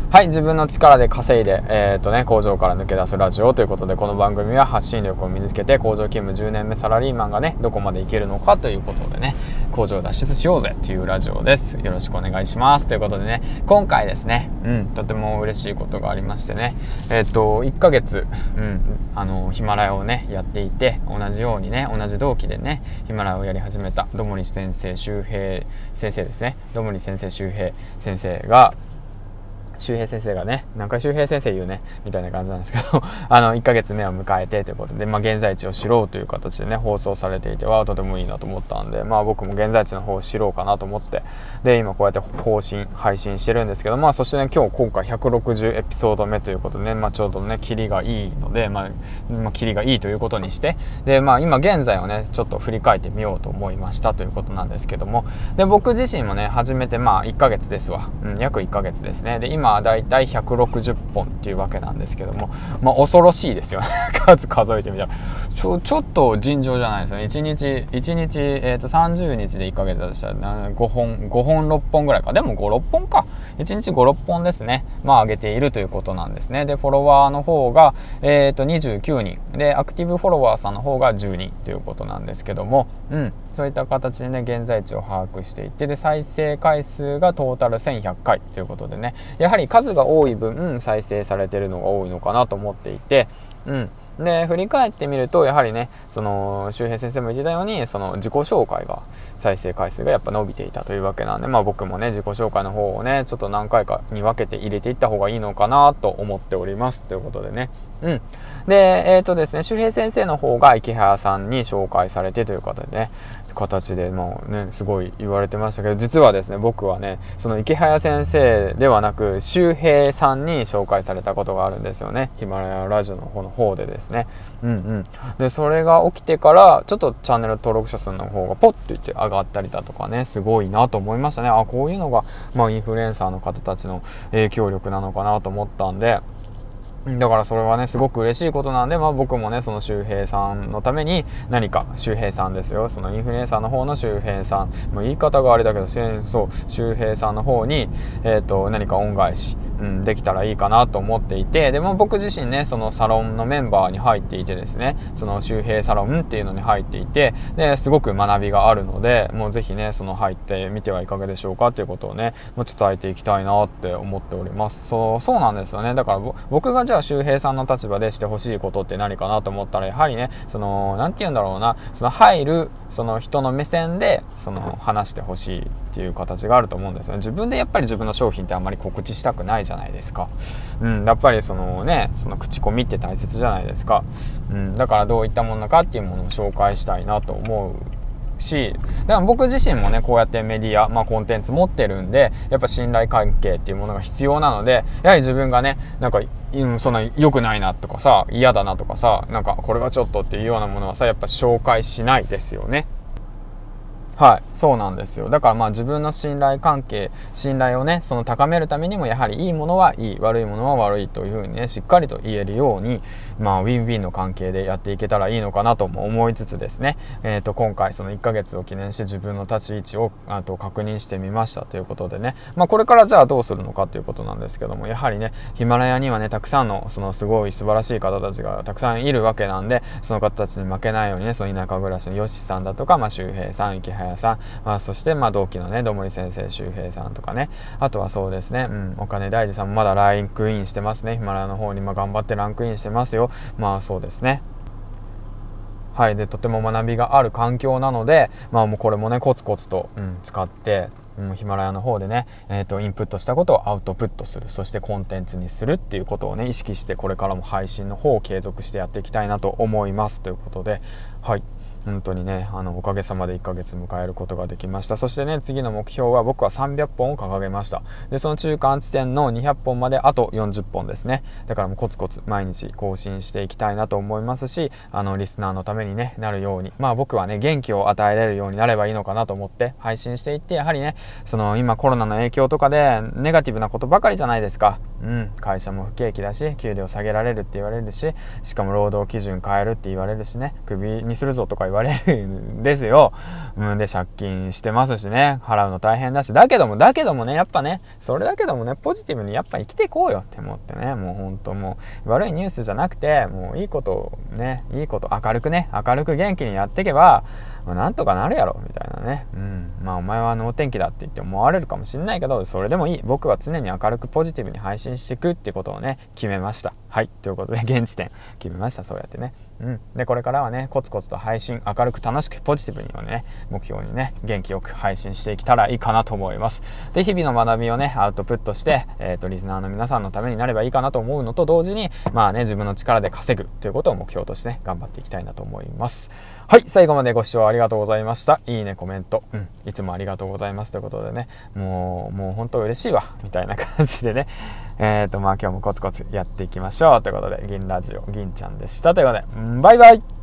はい、自分の力で稼いで、工場から抜け出すラジオということで、この番組は発信力を身につけて工場勤務10年目サラリーマンがね、どこまでいけるのかということでね、工場を脱出しようぜというラジオです。よろしくお願いします。ということでね、今回ですね、とても嬉しいことがありましてね、1ヶ月、ヒマラヤをね、やっていて、同じようにね、同じ同期でね、ヒマラヤをやり始めた、どもり先生周平先生ですね、どもり先生周平先生が、周平先生がね、何回周平先生言うねみたいな感じなんですけど1ヶ月目を迎えてということで、現在地を知ろうという形でね放送されていてはとてもいいなと思ったんで、僕も現在地の方を知ろうかなと思って、で今こうやって配信してるんですけど、そしてね今回160エピソード目ということでね、ちょうどねキリがいいので、キリがいいということにして、で今現在をねちょっと振り返ってみようと思いましたということなんですけども、で僕自身もね始めて1ヶ月ですわ、約1ヶ月ですね。で今だいたい160本っていうわけなんですけども、恐ろしいですよね数えてみたらちょっと尋常じゃないですよね。1日、30日で1ヶ月だとしたら5本6本ぐらいか。でも5、6本か。1日5、6本ですね。上げているということなんですね。で、フォロワーの方が、29人。で、アクティブフォロワーさんの方が10人ということなんですけども、そういった形でね、現在地を把握していって、で、再生回数がトータル1100回ということでね、やはり数が多い分、再生されているのが多いのかなと思っていて、で振り返ってみるとやはりね、その周平先生も言ってたように、その自己紹介が再生回数がやっぱ伸びていたというわけなんで、僕もね自己紹介の方をねちょっと何回かに分けて入れていった方がいいのかなと思っておりますということでね。でですね、周平先生の方が池早さんに紹介されてという形でね、すごい言われてましたけど、実はですね僕はねその池早先生ではなく周平さんに紹介されたことがあるんですよね、ヒマラヤラジオの方でですね。でそれが起きてからちょっとチャンネル登録者数の方がポッといって上がったりだとかね、すごいなと思いましたね。こういうのがインフルエンサーの方たちの影響力なのかなと思ったんで、だからそれはねすごく嬉しいことなんで、僕もねその周平さんのために何か、周平さんですよ、そのインフルエンサーの方の周平さん、言い方があれだけど周平さんの方に、何か恩返し、できたらいいかなと思っていて、でも僕自身ねそのサロンのメンバーに入っていてですね、その周平サロンっていうのに入っていて、ですごく学びがあるので、もうぜひねその入ってみてはいかがでしょうかということをね伝えていきたいなって思っております。そうなんですよね。だから僕がじゃあ周平さんの立場でしてほしいことって何かなと思ったら、やはりねそのなんて言うんだろうな、その入るその人の目線でその話してほしいっていう形があると思うんですよね。自分でやっぱり自分の商品ってあんまり告知したくないじゃないですか。やっぱりその口コミって大切じゃないですか。だからどういったものかっていうものを紹介したいなと思うし、だから僕自身もねこうやってメディア、コンテンツ持ってるんで、やっぱ信頼関係っていうものが必要なので、やはり自分がねそんな良くないなとかさ、嫌だなとかさ、これはちょっとっていうようなものはさやっぱ紹介しないですよね。はい、そうなんですよ。だから自分の信頼をねその高めるためにも、やはりいいものはいい、悪いものは悪いというふうにねしっかりと言えるように、ウィンウィンの関係でやっていけたらいいのかなとも思いつつですね、今回その1ヶ月を記念して自分の立ち位置を確認してみましたということでね、これからじゃあどうするのかということなんですけども、やはりねヒマラヤにはねたくさんのそのすごい素晴らしい方たちがたくさんいるわけなんで、その方たちに負けないようにね、その田舎暮らしのヨシさんだとか、周平さん、池早さん、そして同期のねどもり先生周平さんとかね、あとはそうですね、お金大事さんもまだランクインしてますね。ヒマラヤの方に頑張ってランクインしてますよ。そうですね。はい、でとても学びがある環境なので、もうこれもねコツコツと、使ってヒマラヤの方でね、インプットしたことをアウトプットする、そしてコンテンツにするっていうことをね意識して、これからも配信の方を継続してやっていきたいなと思いますということで、はい、本当にねおかげさまで1ヶ月迎えることができました。そしてね次の目標は僕は300本を掲げました。でその中間地点の200本まであと40本ですね。だからもうコツコツ毎日更新していきたいなと思いますし、リスナーのためにねなるように、僕はね元気を与えれるようになればいいのかなと思って配信していって、やはりねその今コロナの影響とかでネガティブなことばかりじゃないですか。 会社も不景気だし、給料下げられるって言われるし、しかも労働基準変えるって言われるしね、クビにするぞとか言われるんですよ。で借金してますしね、払うの大変だし、だけどもね、やっぱね、それだけどもね、ポジティブにやっぱ生きていこうよって思ってね、もうほんともう悪いニュースじゃなくて、もういいこと明るく元気にやっていけば、なんとかなるやろみたいなね。お前は能天気だって言って思われるかもしれないけど、それでもいい。僕は常に明るくポジティブに配信していくっていうことをね、決めました。はい、ということで現時点決めました。そうやってね。でこれからはね、コツコツと配信、明るく楽しくポジティブにね、目標にね、元気よく配信していけたらいいかなと思います。で日々の学びをね、アウトプットして、リスナーの皆さんのためになればいいかなと思うのと同時に、自分の力で稼ぐということを目標としてね、頑張っていきたいなと思います。はい、最後までご視聴ありがとうございました。いいね、コメント、いつもありがとうございますということでね、もう本当嬉しいわみたいな感じでね、今日もコツコツやっていきましょうということで、銀ラジオ銀ちゃんでしたということで、バイバイ。